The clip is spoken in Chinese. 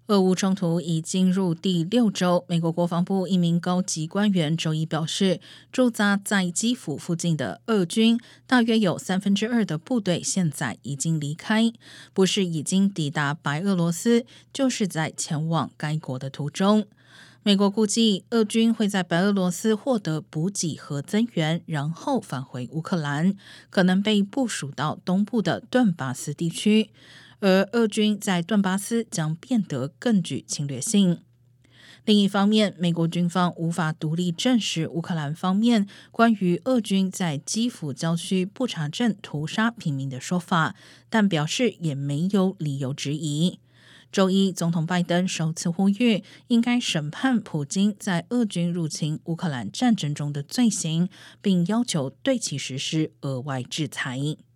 俄乌冲突已进入第6周，美国国防部一名高级官员周一表示，驻扎在基辅附近的俄军大约有2/3的部队现在已经离开，不是已经抵达白俄罗斯，就是在前往该国的途中。美国估计，俄军会在白俄罗斯获得补给和增援，然后返回乌克兰，可能被部署到东部的顿巴斯地区。而俄军在顿巴斯将变得更具侵略性。另一方面，美国军方无法独立证实乌克兰方面关于俄军在基辅郊区布查镇屠杀平民的说法，但表示也没有理由质疑。周一，总统拜登首次呼吁应该审判普京在俄军入侵乌克兰战争中的罪行，并要求对其实施额外制裁。